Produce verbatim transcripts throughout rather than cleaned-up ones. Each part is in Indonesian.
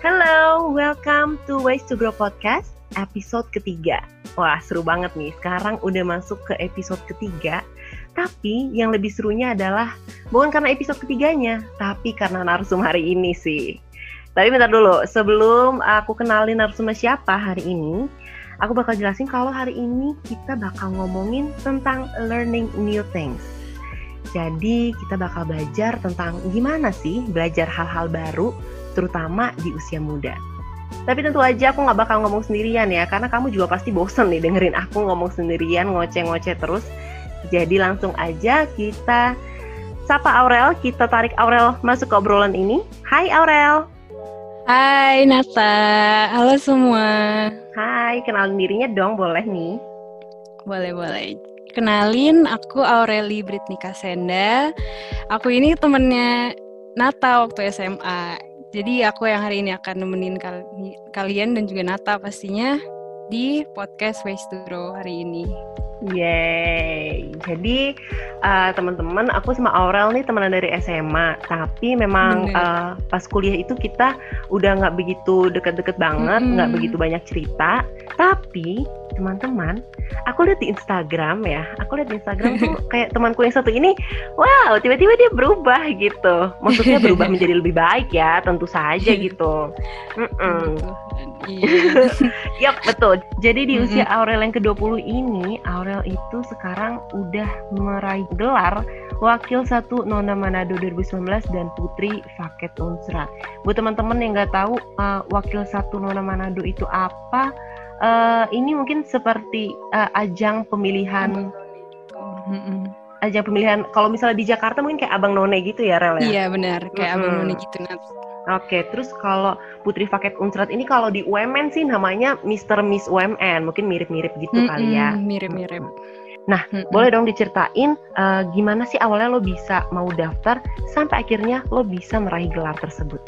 Hello, welcome to Ways to Grow Podcast, episode ketiga. Wah, seru banget nih, sekarang udah masuk ke episode ketiga. Tapi yang lebih serunya adalah bukan karena episode ketiganya, tapi karena narsum hari ini sih. Tapi bentar dulu, sebelum aku kenalin narsumnya siapa hari ini, aku bakal jelasin kalau hari ini kita bakal ngomongin tentang learning new things. Jadi kita bakal belajar tentang gimana sih belajar hal-hal baru, terutama di usia muda. Tapi tentu aja aku gak bakal ngomong sendirian ya, karena kamu juga pasti bosen nih dengerin aku ngomong sendirian, ngoceh-ngoceh terus. Jadi langsung aja kita sapa Aurel, kita tarik Aurel masuk ke obrolan ini. Hai Aurel. Hai Nata, halo semua. Hai, kenalin dirinya dong, boleh nih? Boleh-boleh. Kenalin, aku Aureli Britni Kasenda. Aku ini temennya Nata waktu S M A. Jadi aku yang hari ini akan nemenin kal- kalian dan juga Nata pastinya di podcast Ways to Grow hari ini. Yeay, jadi uh, teman-teman, aku sama Aurel nih temenan dari S M A, tapi memang uh, pas kuliah itu kita udah nggak begitu deket-deket banget, nggak mm-hmm. begitu banyak cerita. Tapi teman-teman, aku lihat di Instagram ya, aku lihat di Instagram tuh kayak temanku yang satu ini, wow, tiba-tiba dia berubah gitu. Maksudnya berubah menjadi lebih baik ya, tentu saja gitu. Iya. Yap, betul. Jadi di usia mm-hmm. Aurel yang kedua puluh ini, Aurel itu sekarang udah meraih gelar Wakil satu Nona Manado dua ribu sembilan belas dan Putri Faket Unsra. Buat teman-teman yang nggak tahu uh, Wakil satu Nona Manado itu apa, uh, ini mungkin seperti uh, ajang pemilihan mm-hmm. ajang pemilihan. Kalau misalnya di Jakarta mungkin kayak Abang None gitu ya, Rel ya? Iya benar, kayak mm-hmm. Abang None gitu, Nat. Oke, terus kalau Putri Faket Unsrat ini kalau di U M N sih namanya Mister Miss U M N, mungkin mirip-mirip gitu mm-hmm, kali ya. Mirip-mirip. Nah, mm-hmm. boleh dong diceritain uh, gimana sih awalnya lo bisa mau daftar sampai akhirnya lo bisa meraih gelar tersebut?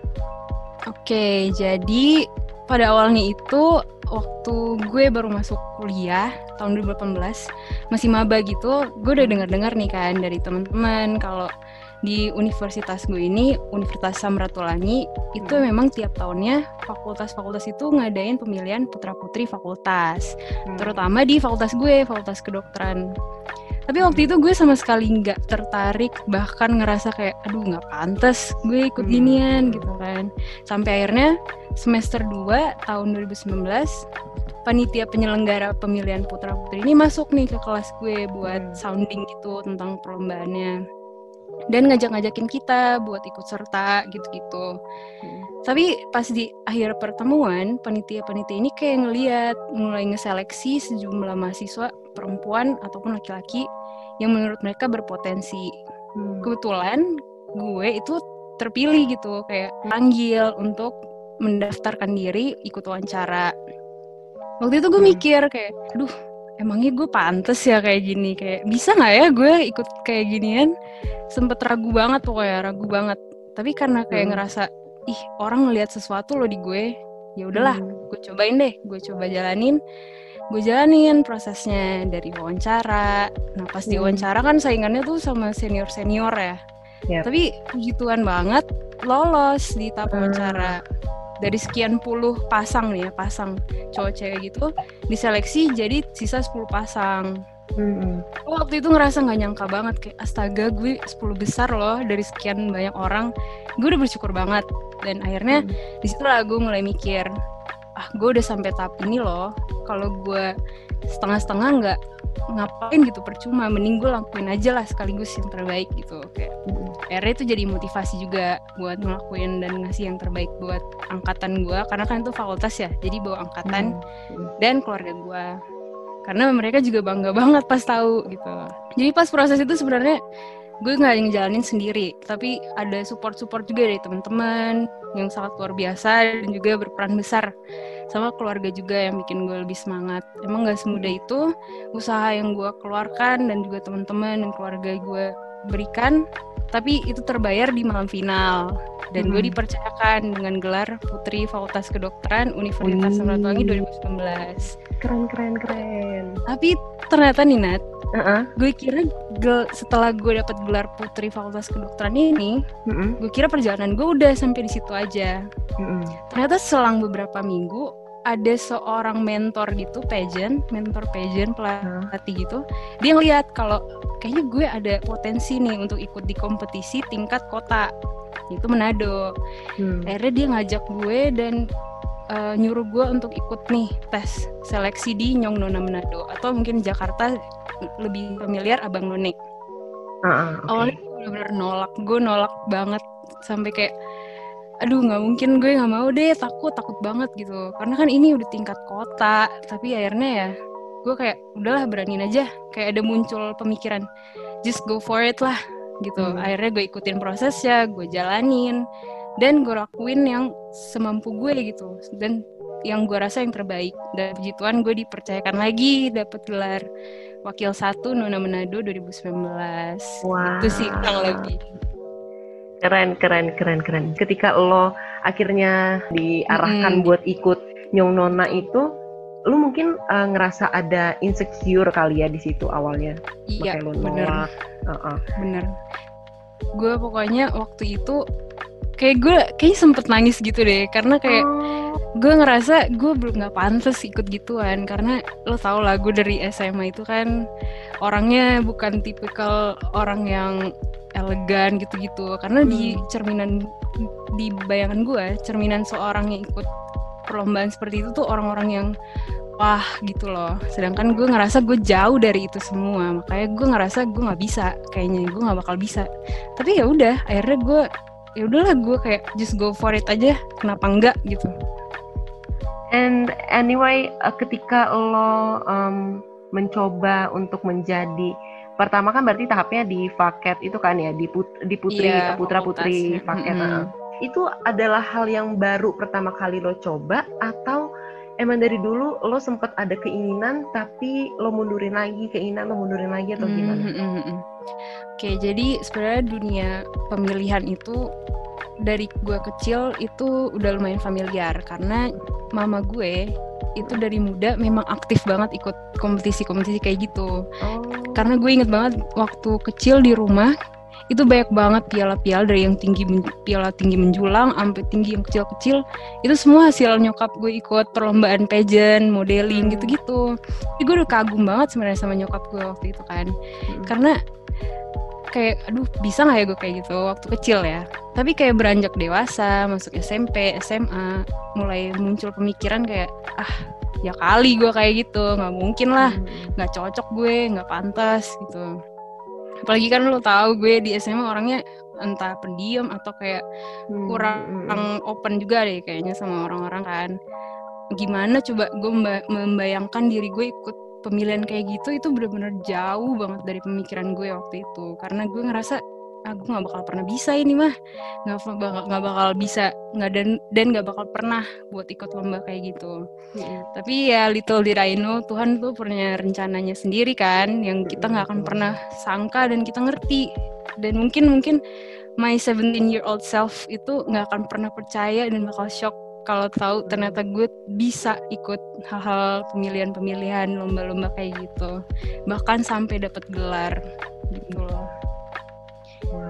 Oke, jadi pada awalnya itu waktu gue baru masuk kuliah tahun dua ribu delapan belas, masih maba gitu, gue udah dengar-dengar nih kan dari teman-teman kalau di universitas gue ini, Universitas Samratulangi, itu hmm. memang tiap tahunnya fakultas-fakultas itu ngadain pemilihan putra-putri fakultas. Hmm. Terutama di fakultas gue, Fakultas Kedokteran. Tapi waktu itu gue sama sekali nggak tertarik, bahkan ngerasa kayak, aduh nggak pantas gue ikut ginian gitu kan. Sampai akhirnya semester dua tahun dua ribu sembilan belas, panitia penyelenggara pemilihan putra-putri ini masuk nih ke kelas gue buat sounding gitu tentang perlombaannya. Dan ngajak-ngajakin kita buat ikut serta gitu-gitu. Hmm. Tapi pas di akhir pertemuan, panitia-panitia ini kayak ngeliat mulai ngeseleksi sejumlah mahasiswa perempuan ataupun laki-laki yang menurut mereka berpotensi. Hmm. Kebetulan gue itu terpilih gitu, kayak panggil untuk mendaftarkan diri ikut wawancara. Waktu itu gue hmm. mikir kayak, aduh, emangnya gue pantes ya kayak gini, kayak bisa nggak ya gue ikut kayak ginian? Sempet ragu banget pokoknya, ragu banget. Tapi karena kayak hmm. ngerasa, ih orang ngelihat sesuatu loh di gue, ya udahlah, hmm. gue cobain deh, gue coba jalanin, gue jalanin prosesnya dari wawancara. Nah pas hmm. di wawancara kan saingannya tuh sama senior senior ya. Yep. Tapi puji Tuhan banget lolos di tahap wawancara. Hmm. Dari sekian puluh pasang nih ya, pasang cowok cewek gitu, diseleksi jadi sisa sepuluh pasang. Mm-hmm. Waktu itu ngerasa gak nyangka banget, kayak astaga gue sepuluh besar loh dari sekian banyak orang. Gue udah bersyukur banget. Dan akhirnya mm-hmm. disitulah gue mulai mikir, ah gue udah sampai tahap ini loh, kalau gue setengah-setengah gak ngapain gitu, percuma, mending gue lakuin aja lah sekaligus yang terbaik gitu. Kayak mm-hmm. akhirnya itu jadi motivasi juga buat ngelakuin dan ngasih yang terbaik buat angkatan gue, karena kan itu fakultas ya, jadi bawa angkatan mm-hmm. dan keluarga gue, karena mereka juga bangga banget pas tahu gitu. Jadi pas proses itu sebenarnya gue nggak ngejalanin sendiri, tapi ada support-support juga dari teman-teman yang sangat luar biasa dan juga berperan besar, sama keluarga juga yang bikin gue lebih semangat. Emang nggak semudah itu usaha yang gue keluarkan dan juga teman-teman dan keluarga gue berikan, tapi itu terbayar di malam final. Dan hmm. gue dipercayakan dengan gelar Putri Fakultas Kedokteran Universitas Samratulangi dua ribu sembilan belas. Keren, keren, keren. Tapi ternyata nih Nat, uh-uh. gue kira gel, setelah gue dapat gelar putri Fakultas Kedokteran ini, uh-uh. gue kira perjalanan gue udah sampai di situ aja. Uh-uh. Ternyata selang beberapa minggu ada seorang mentor gitu, pageant, mentor pageant pelatih uh. gitu, dia ngeliat kalau kayaknya gue ada potensi nih untuk ikut di kompetisi tingkat kota, itu Manado. Hmm. Akhirnya dia ngajak gue dan uh, nyuruh gue untuk ikut nih tes seleksi di Nyong Nona Manado, atau mungkin Jakarta lebih familiar Abang None. Uh, okay. Awalnya gue bener-bener nolak, gue nolak banget sampai kayak aduh nggak mungkin, gue nggak mau deh, takut takut banget gitu, karena kan ini udah tingkat kota. Tapi akhirnya ya gue kayak udahlah, beraniin aja, kayak ada muncul pemikiran just go for it lah gitu. hmm. Akhirnya gue ikutin prosesnya, gue jalanin dan gue lakuin yang semampu gue gitu, dan yang gue rasa yang terbaik. Dan puji Tuhan gue dipercayakan lagi dapat gelar wakil satu Nona Manado dua ribu sembilan belas. Wow. Itu sih kurang lebih. Keren, keren, keren, keren. Ketika lo akhirnya diarahkan mm. buat ikut Nyong Nona itu, lo mungkin uh, ngerasa ada insecure kali ya di situ awalnya. Iya, bener. Uh-uh. Bener. Gue pokoknya waktu itu kayak gue kayak sempet nangis gitu deh, karena kayak oh. gue ngerasa gue belum nggak pantas ikut gituan, karena lo tau lah gue dari S M A itu kan orangnya bukan tipikal orang yang elegan gitu-gitu, karena hmm. di cerminan di bayangan gue, cerminan seorang yang ikut perlombaan seperti itu tuh orang-orang yang wah gitu loh. Sedangkan gue ngerasa gue jauh dari itu semua, makanya gue ngerasa gue nggak bisa, kayaknya gue nggak bakal bisa. Tapi ya udah, akhirnya gue ya udahlah, gue kayak just go for it aja, kenapa enggak gitu. And anyway, ketika lo um, mencoba untuk menjadi, pertama kan berarti tahapnya di Faket itu kan ya, di, put, di putri yeah, putra-putri Faket. Mm-hmm. Itu adalah hal yang baru pertama kali lo coba, atau emang dari dulu lo sempat ada keinginan tapi lo mundurin lagi, keinginan lo mundurin lagi, atau gimana? Mm-hmm. Oke, jadi sebenarnya dunia pemilihan itu dari gue kecil itu udah lumayan familiar, karena mama gue itu dari muda memang aktif banget ikut kompetisi-kompetisi kayak gitu. Oh. Karena gue inget banget waktu kecil di rumah itu banyak banget piala-piala, dari yang tinggi piala tinggi menjulang sampai tinggi yang kecil-kecil, itu semua hasil nyokap gue ikut perlombaan pageant, modeling gitu-gitu. Jadi gue udah kagum banget sebenarnya sama nyokap gue waktu itu kan. Hmm. Karena kayak aduh bisa nggak ya gue kayak gitu waktu kecil ya. Tapi kayak beranjak dewasa, masuk S M P, S M A, mulai muncul pemikiran kayak ah ya kali gue kayak gitu, nggak mungkin lah, nggak hmm. cocok gue, nggak pantas gitu. Apalagi kan lo tahu gue di S M A orangnya entah pendiam atau kayak hmm. kurang hmm. open juga deh kayaknya sama orang-orang kan. Gimana coba gue memba- membayangkan diri gue ikut pemilihan kayak gitu, itu benar-benar jauh banget dari pemikiran gue waktu itu. Karena gue ngerasa ah gue nggak bakal pernah bisa ini mah, nggak bakal nggak bakal bisa nggak dan dan nggak bakal pernah buat ikut lomba kayak gitu. Mm-hmm. Tapi ya little did I know, Tuhan tuh punya rencananya sendiri kan, yang kita nggak akan pernah sangka dan kita ngerti. Dan mungkin mungkin my seventeen year old self itu nggak akan pernah percaya dan bakal shock kalau tahu ternyata gue bisa ikut hal-hal pemilihan-pemilihan, lomba-lomba kayak gitu, bahkan sampai dapat gelar gitu loh. Wow.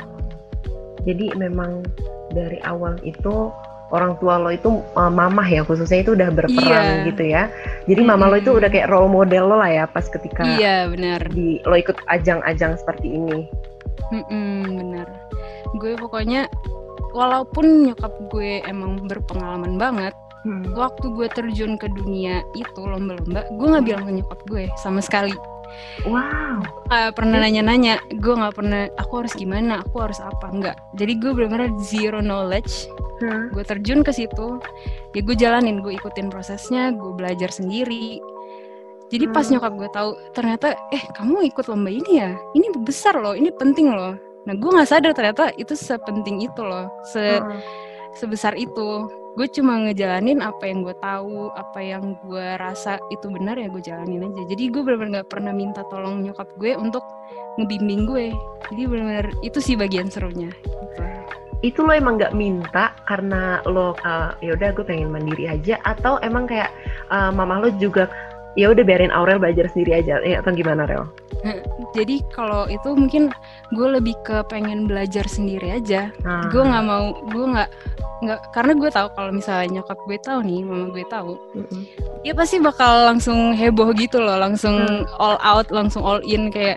Jadi memang dari awal itu orang tua lo itu uh, mamah ya khususnya itu udah berperan yeah. gitu ya. Jadi mm-hmm. mama lo itu udah kayak role model lo lah ya pas ketika iya yeah, benar. Di lo ikut ajang-ajang seperti ini. Mm-mm, benar. Gue pokoknya walaupun nyokap gue emang berpengalaman banget, hmm. waktu gue terjun ke dunia itu lomba-lomba, gue nggak bilang ke nyokap gue sama sekali. Wow. Gak pernah nanya-nanya, gue nggak pernah. Aku harus gimana? Aku harus apa? Enggak. Jadi gue benar-benar zero knowledge. Hmm. Gue terjun ke situ, ya gue jalanin, gue ikutin prosesnya, gue belajar sendiri. Jadi pas hmm. nyokap gue tahu, ternyata, eh kamu ikut lomba ini ya? Ini besar loh, ini penting loh. Nah gue nggak sadar ternyata itu sepenting itu loh, se hmm. sebesar itu. Gue cuma ngejalanin apa yang gue tahu, apa yang gue rasa itu benar, ya gue jalanin aja. Jadi gue benar-benar nggak pernah minta tolong nyokap gue untuk ngebimbing gue. Jadi benar-benar itu sih bagian serunya. Gitu. Itu lo emang nggak minta karena lo uh, ya udah gue pengen mandiri aja, atau emang kayak uh, mama lo juga ya udah biarin Aurel belajar sendiri aja, eh, atau gimana Rel? Jadi kalau itu mungkin gue lebih ke pengen belajar sendiri aja. Ah. Gue nggak mau, gue nggak nggak karena gue tahu kalau misalnya nyokap gue tahu nih, mama gue tahu, mm-hmm. dia pasti bakal langsung heboh gitu loh, langsung mm. all out, langsung all in kayak,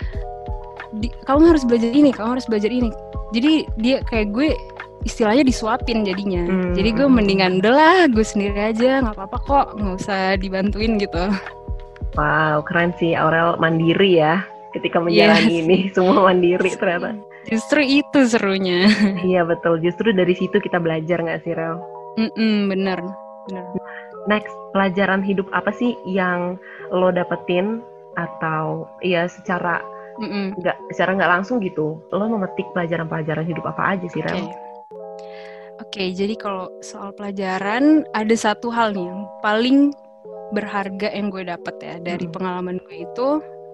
di, kamu harus belajar ini, kamu harus belajar ini. Jadi dia kayak gue istilahnya disuapin jadinya. Hmm. Jadi gue mendingan udahlah gue sendiri aja, nggak apa-apa kok, nggak usah dibantuin gitu. Wow, keren sih Aurel, mandiri ya ketika menjalani yes. ini, semua mandiri ternyata. Justru itu serunya. Iya betul, justru dari situ kita belajar nggak sih Rel? Mm-mm, bener, bener. Next, pelajaran hidup apa sih yang lo dapetin atau ya secara nggak secara nggak langsung gitu, lo memetik pelajaran-pelajaran hidup apa aja sih Rel? Okay. Oke, okay, jadi kalau soal pelajaran ada satu hal nih yang paling berharga yang gue dapet ya dari hmm. pengalaman gue itu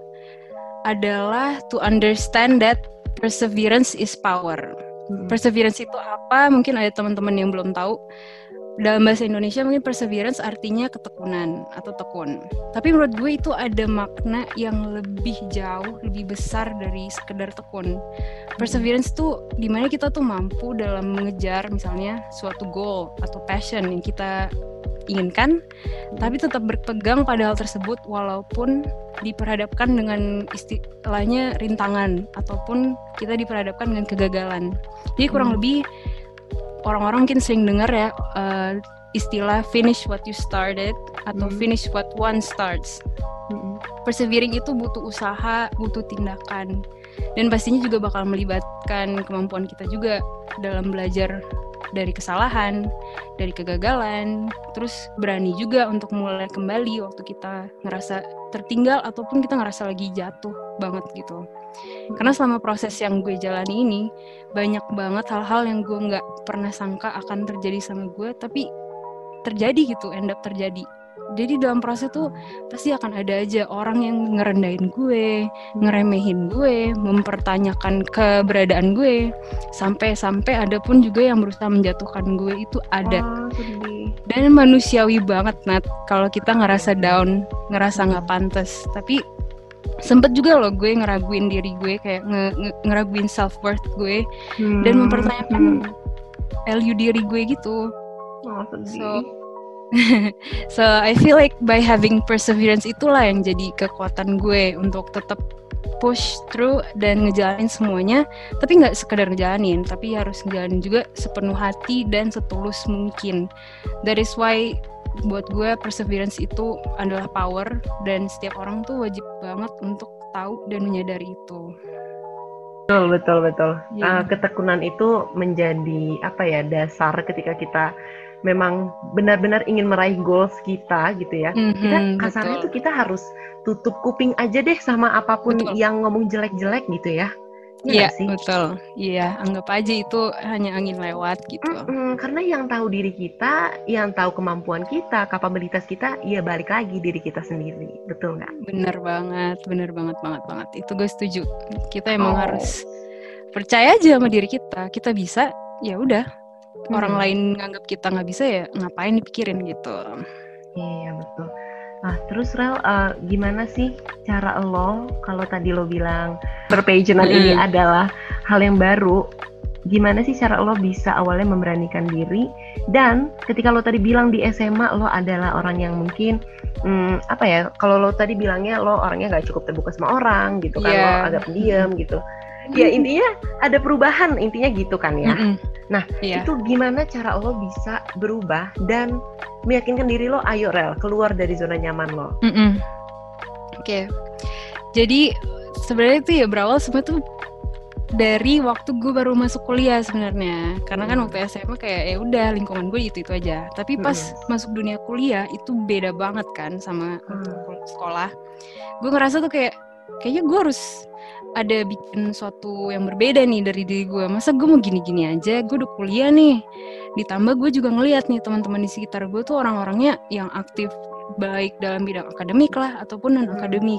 adalah to understand that perseverance is power. Hmm. Perseverance itu apa? Mungkin ada teman-teman yang belum tahu. Dalam bahasa Indonesia mungkin perseverance artinya ketekunan atau tekun. Tapi menurut gue itu ada makna yang lebih jauh, lebih besar dari sekedar tekun. Perseverance tuh dimana kita tuh mampu dalam mengejar misalnya suatu goal atau passion yang kita inginkan, tapi tetap berpegang pada hal tersebut walaupun diperhadapkan dengan istilahnya rintangan ataupun kita diperhadapkan dengan kegagalan. Jadi kurang hmm. lebih orang-orang mungkin sering dengar ya uh, istilah finish what you started atau mm. finish what one starts. Mm-hmm. Persevering itu butuh usaha, butuh tindakan, dan pastinya juga bakal melibatkan kemampuan kita juga dalam belajar dari kesalahan, dari kegagalan, terus berani juga untuk mulai kembali waktu kita ngerasa tertinggal ataupun kita ngerasa lagi jatuh banget gitu. Karena selama proses yang gue jalani ini banyak banget hal-hal yang gue nggak pernah sangka akan terjadi sama gue, tapi terjadi gitu, end up terjadi. Jadi dalam proses tuh pasti akan ada aja orang yang ngerendahin gue, ngeremehin gue, mempertanyakan keberadaan gue, sampai-sampai ada pun juga yang berusaha menjatuhkan gue, itu ada. Oh, dan manusiawi banget Nat kalau kita ngerasa down, ngerasa nggak pantas, tapi sempet juga loh gue ngeraguin diri gue, kayak nge- nge- ngeraguin self worth gue, hmm. dan mempertanyakan hmm. value diri gue gitu. Oh, so so I feel like by having perseverance itulah yang jadi kekuatan gue untuk tetap push through dan ngejalanin semuanya, tapi nggak sekedar ngejalanin, tapi harus ngejalanin juga sepenuh hati dan setulus mungkin. That is why buat gue perseverance itu adalah power, dan setiap orang tuh wajib banget untuk tahu dan menyadari itu. Betul, betul, betul. Yeah. Uh, ketekunan itu menjadi apa ya, dasar ketika kita memang benar-benar ingin meraih goals kita gitu ya. Mm-hmm, kita kasarnya betul. Tuh kita harus tutup kuping aja deh sama apapun betul. Yang ngomong jelek-jelek gitu ya. Iya, yeah, betul. Iya, yeah, anggap aja itu hanya angin lewat gitu. Mm-mm, karena yang tahu diri kita, yang tahu kemampuan kita, kapabilitas kita, ya balik lagi diri kita sendiri. Betul nggak? Bener banget, bener banget, banget, banget. Itu gue setuju. Kita emang oh. harus percaya aja sama diri kita. Kita bisa, ya udah. Hmm. Orang lain nganggap kita nggak bisa, ya ngapain dipikirin gitu. Iya, betul. Nah, terus Rel, uh, gimana sih cara lo, kalau tadi lo bilang perpagenan hmm. ini adalah hal yang baru, gimana sih cara lo bisa awalnya memberanikan diri, dan ketika lo tadi bilang di S M A lo adalah orang yang mungkin, hmm, apa ya, kalau lo tadi bilangnya lo orangnya nggak cukup terbuka sama orang gitu kan, yeah. lo agak pendiam gitu. Ya intinya ada perubahan, intinya gitu kan ya. Mm-hmm. Nah yeah. itu gimana cara lo bisa berubah dan meyakinkan diri lo, ayo Rel, keluar dari zona nyaman lo. Mm-hmm. Oke, okay. Jadi sebenarnya itu ya berawal semua tuh dari waktu gue baru masuk kuliah sebenarnya. Karena kan waktu S M A kayak ya udah lingkungan gue itu itu aja. Tapi pas mm. masuk dunia kuliah itu beda banget kan sama mm. sekolah. Gue ngerasa tuh kayak kayaknya gue harus ada bikin suatu yang berbeda nih dari diri gue. Masa gue mau gini-gini aja, gue udah kuliah nih. Ditambah gue juga ngeliat nih teman-teman di sekitar gue tuh orang-orangnya yang aktif, baik dalam bidang akademik lah ataupun non-akademik.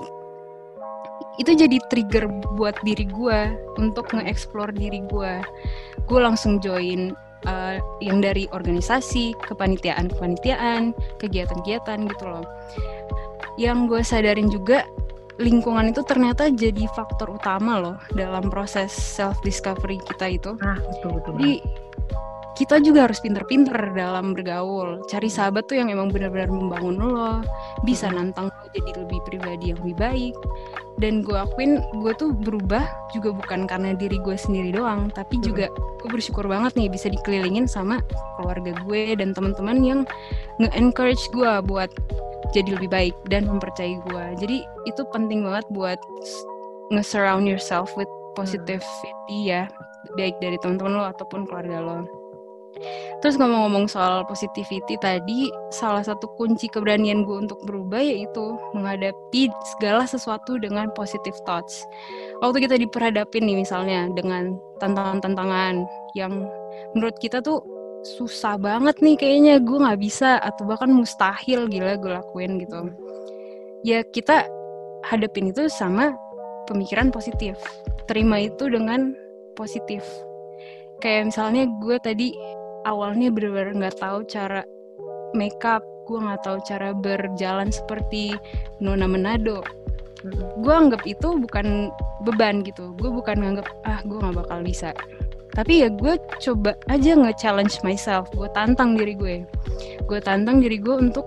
Itu jadi trigger buat diri gue untuk nge-explore diri gue. Gue langsung join uh, yang dari organisasi, kepanitiaan-kepanitiaan, kegiatan-kegiatan gitu loh. yang gue sadarin juga, lingkungan itu ternyata jadi faktor utama loh dalam proses self discovery kita itu. Ah, betul betul. Jadi kita juga harus pinter-pinter dalam bergaul. Cari sahabat tuh yang emang benar-benar membangun lo, bisa nantang lo jadi lebih pribadi yang lebih baik. Dan gue akuin gue tuh berubah juga bukan karena diri gue sendiri doang, tapi juga gue bersyukur banget nih bisa dikelilingin sama keluarga gue dan teman-teman yang nge-encourage gue buat jadi lebih baik dan mempercayai gue. Jadi itu penting banget buat nge-surround yourself with positivity ya, baik dari teman-teman lo ataupun keluarga lo. Terus ngomong-ngomong soal positivity tadi, salah satu kunci keberanian gue untuk berubah yaitu menghadapi segala sesuatu dengan positive thoughts. Waktu kita diperhadapin nih misalnya dengan tantangan-tantangan yang menurut kita tuh susah banget nih kayaknya gue gak bisa atau bahkan mustahil gila gue lakuin gitu. Ya kita hadapin itu sama pemikiran positif. Terima itu dengan positif. Kayak misalnya gue tadi awalnya benar-benar gak tahu cara make up, gue gak tahu cara berjalan seperti Nona Manado. Gue anggap itu bukan beban gitu. Gue bukan nganggap ah gue gak bakal bisa. Tapi ya gue coba aja nge-challenge myself. Gue tantang diri gue. Gue tantang diri gue untuk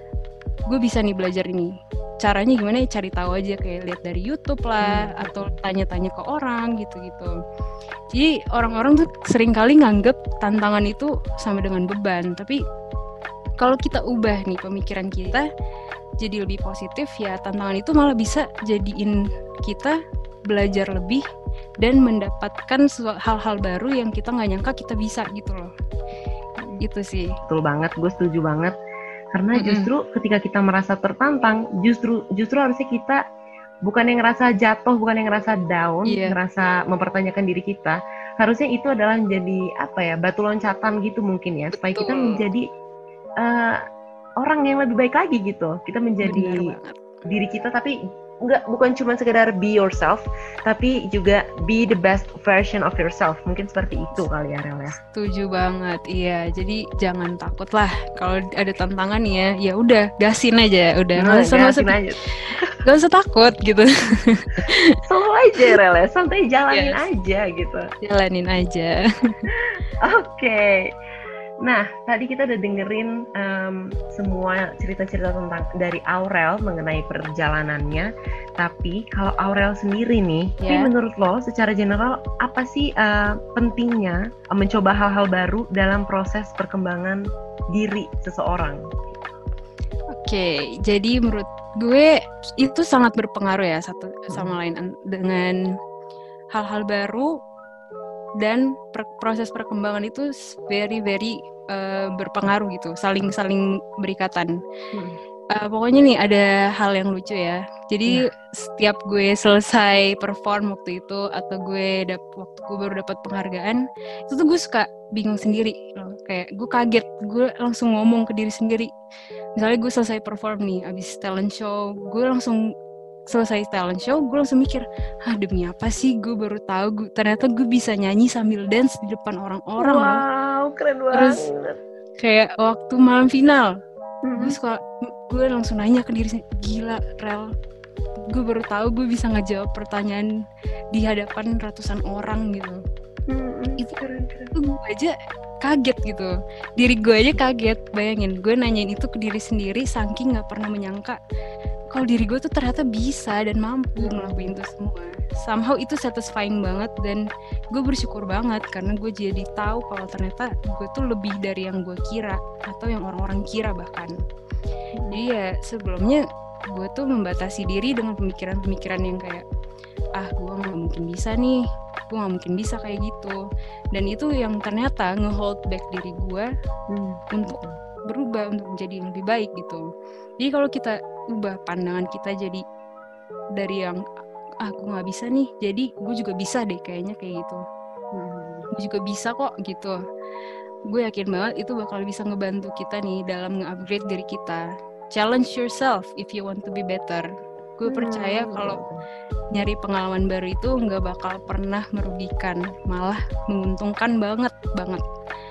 gue bisa nih belajar ini. Caranya gimana ya, cari tahu aja, kayak lihat dari YouTube lah, hmm. atau tanya-tanya ke orang gitu-gitu. Jadi orang-orang tuh sering kali nganggep tantangan itu sama dengan beban. Tapi kalau kita ubah nih pemikiran kita jadi lebih positif, ya tantangan itu malah bisa jadiin kita belajar lebih dan mendapatkan hal-hal baru yang kita nggak nyangka kita bisa gitu loh. Gitu sih. Betul banget, gue setuju banget. Karena mm-hmm. justru ketika kita merasa tertantang, justru justru harusnya kita bukan yang ngerasa jatuh, bukan yang ngerasa down, yeah. ngerasa mempertanyakan diri kita. Harusnya itu adalah menjadi apa ya, batu loncatan gitu mungkin ya, supaya Betul. kita menjadi uh, orang yang lebih baik lagi gitu. Kita menjadi diri kita, tapi enggak, bukan cuma sekedar be yourself, tapi juga be the best version of yourself. Mungkin seperti itu kali ya, Rel ya. Setuju banget, iya. Jadi jangan takut lah kalau ada tantangan ya, ya udah gasin aja, udah nggak nah, usah nggak usah aja. Gak usah takut gitu. Slow aja, Rel ya, santai jalanin yes. aja gitu. Jalanin aja. Oke. Okay. Nah, tadi kita udah dengerin um, semua cerita-cerita tentang dari Aurel mengenai perjalanannya. Tapi kalau Aurel sendiri nih, yeah. ini menurut lo secara general apa sih uh, pentingnya uh, mencoba hal-hal baru dalam proses perkembangan diri seseorang? Oke, okay, jadi menurut gue itu sangat berpengaruh ya satu sama lain dengan hal-hal baru. Dan per- proses perkembangan itu very very uh, berpengaruh gitu, saling saling berikatan. Hmm. Uh, pokoknya nih ada hal yang lucu ya. Jadi ya. Setiap gue selesai perform waktu itu atau gue dap- waktu gue baru dapat penghargaan, itu tuh gue suka bingung sendiri loh. Kayak gue kaget, gue langsung ngomong ke diri sendiri. Misalnya gue selesai perform nih, abis talent show, gue langsung selesai talent show, gue langsung mikir, ah demi apa sih gue baru tahu, gue, ternyata gue bisa nyanyi sambil dance di depan orang-orang. Wow, loh. Keren banget. Terus kayak waktu malam final, mm-hmm. gue suka, gue langsung nanya ke diri sendiri, gila Rel, gue baru tahu gue bisa ngejawab pertanyaan di hadapan ratusan orang gitu. Mm-hmm. Itu keren, keren. Itu gue aja kaget gitu, diri gue aja kaget, bayangin gue nanyain itu ke diri sendiri, saking nggak pernah menyangka kalau diri gue tuh ternyata bisa dan mampu ngelakuin itu semua. Somehow itu satisfying banget dan gue bersyukur banget karena gue jadi tahu kalau ternyata gue tuh lebih dari yang gue kira atau yang orang-orang kira bahkan. Jadi ya sebelumnya gue tuh membatasi diri dengan pemikiran-pemikiran yang kayak ah gue gak mungkin bisa nih, gue gak mungkin bisa kayak gitu. Dan itu yang ternyata nge-hold back diri gue hmm. untuk berubah, untuk menjadi yang lebih baik gitu. Jadi kalau kita ubah pandangan kita jadi dari yang ah gue nggak bisa nih, jadi gue juga bisa deh kayaknya kayak gitu. Hmm. Gue juga bisa kok gitu. Gue yakin banget itu bakal bisa ngebantu kita nih dalam nge-upgrade diri kita. Challenge yourself if you want to be better. Gue percaya kalau nyari pengalaman baru itu nggak bakal pernah merugikan, malah menguntungkan banget banget.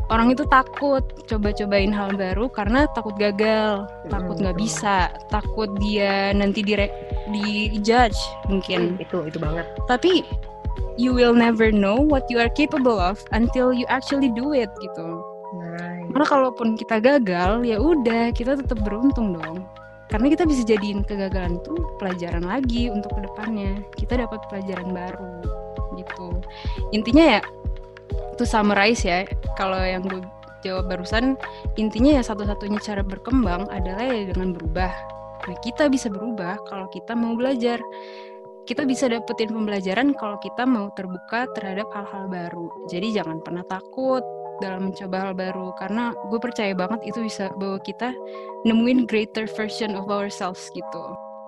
orang itu takut coba-cobain hal baru karena takut gagal, takut nggak hmm, bisa, takut dia nanti dire- di judge mungkin. Hmm, itu itu banget. Tapi you will never know what you are capable of until you actually do it gitu. Nice. Karena kalaupun kita gagal, ya udah kita tetap beruntung dong. Karena kita bisa jadiin kegagalan itu pelajaran lagi untuk kedepannya. Kita dapat pelajaran baru gitu. Intinya ya, to summarize ya, kalau yang gue jawab barusan, intinya ya satu-satunya cara berkembang adalah ya dengan berubah. Nah, kita bisa berubah kalau kita mau belajar. Kita bisa dapetin pembelajaran kalau kita mau terbuka terhadap hal-hal baru. Jadi jangan pernah takut dalam mencoba hal baru, karena gue percaya banget itu bisa bawa kita nemuin greater version of ourselves gitu.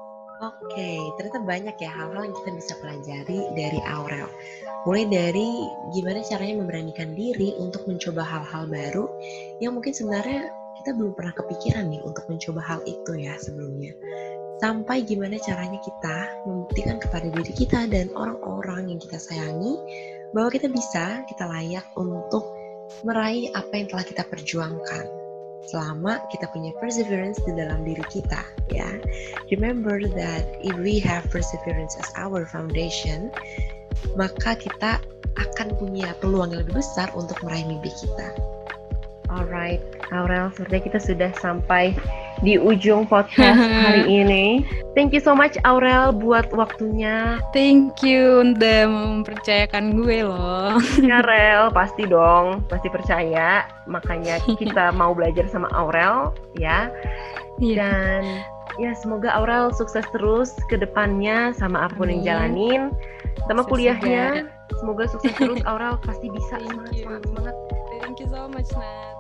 Oke, ternyata banyak ya hal-hal yang kita bisa pelajari dari Aurel. Mulai dari gimana caranya memberanikan diri untuk mencoba hal-hal baru yang mungkin sebenarnya kita belum pernah kepikiran nih untuk mencoba hal itu ya sebelumnya. Sampai gimana caranya kita membuktikan kepada diri kita dan orang-orang yang kita sayangi bahwa kita bisa, kita layak untuk meraih apa yang telah kita perjuangkan selama kita punya perseverance di dalam diri kita ya. Remember that if we have perseverance as our foundation, maka kita akan punya peluang yang lebih besar untuk meraih mimpi kita. Alright, Aurel, sepertinya kita sudah sampai di ujung podcast hari ini. Thank you so much Aurel buat waktunya. Thank you udah mempercayakan gue loh. Ya Rel, pasti dong, pasti percaya. Makanya kita mau belajar sama Aurel ya. Yeah. Dan ya semoga Aurel sukses terus ke depannya sama apapun yang jalanin. Sama kuliahnya, semoga sukses terus Aurel, pasti bisa. Semangat, semangat, semangat. Thank you so much, Nat.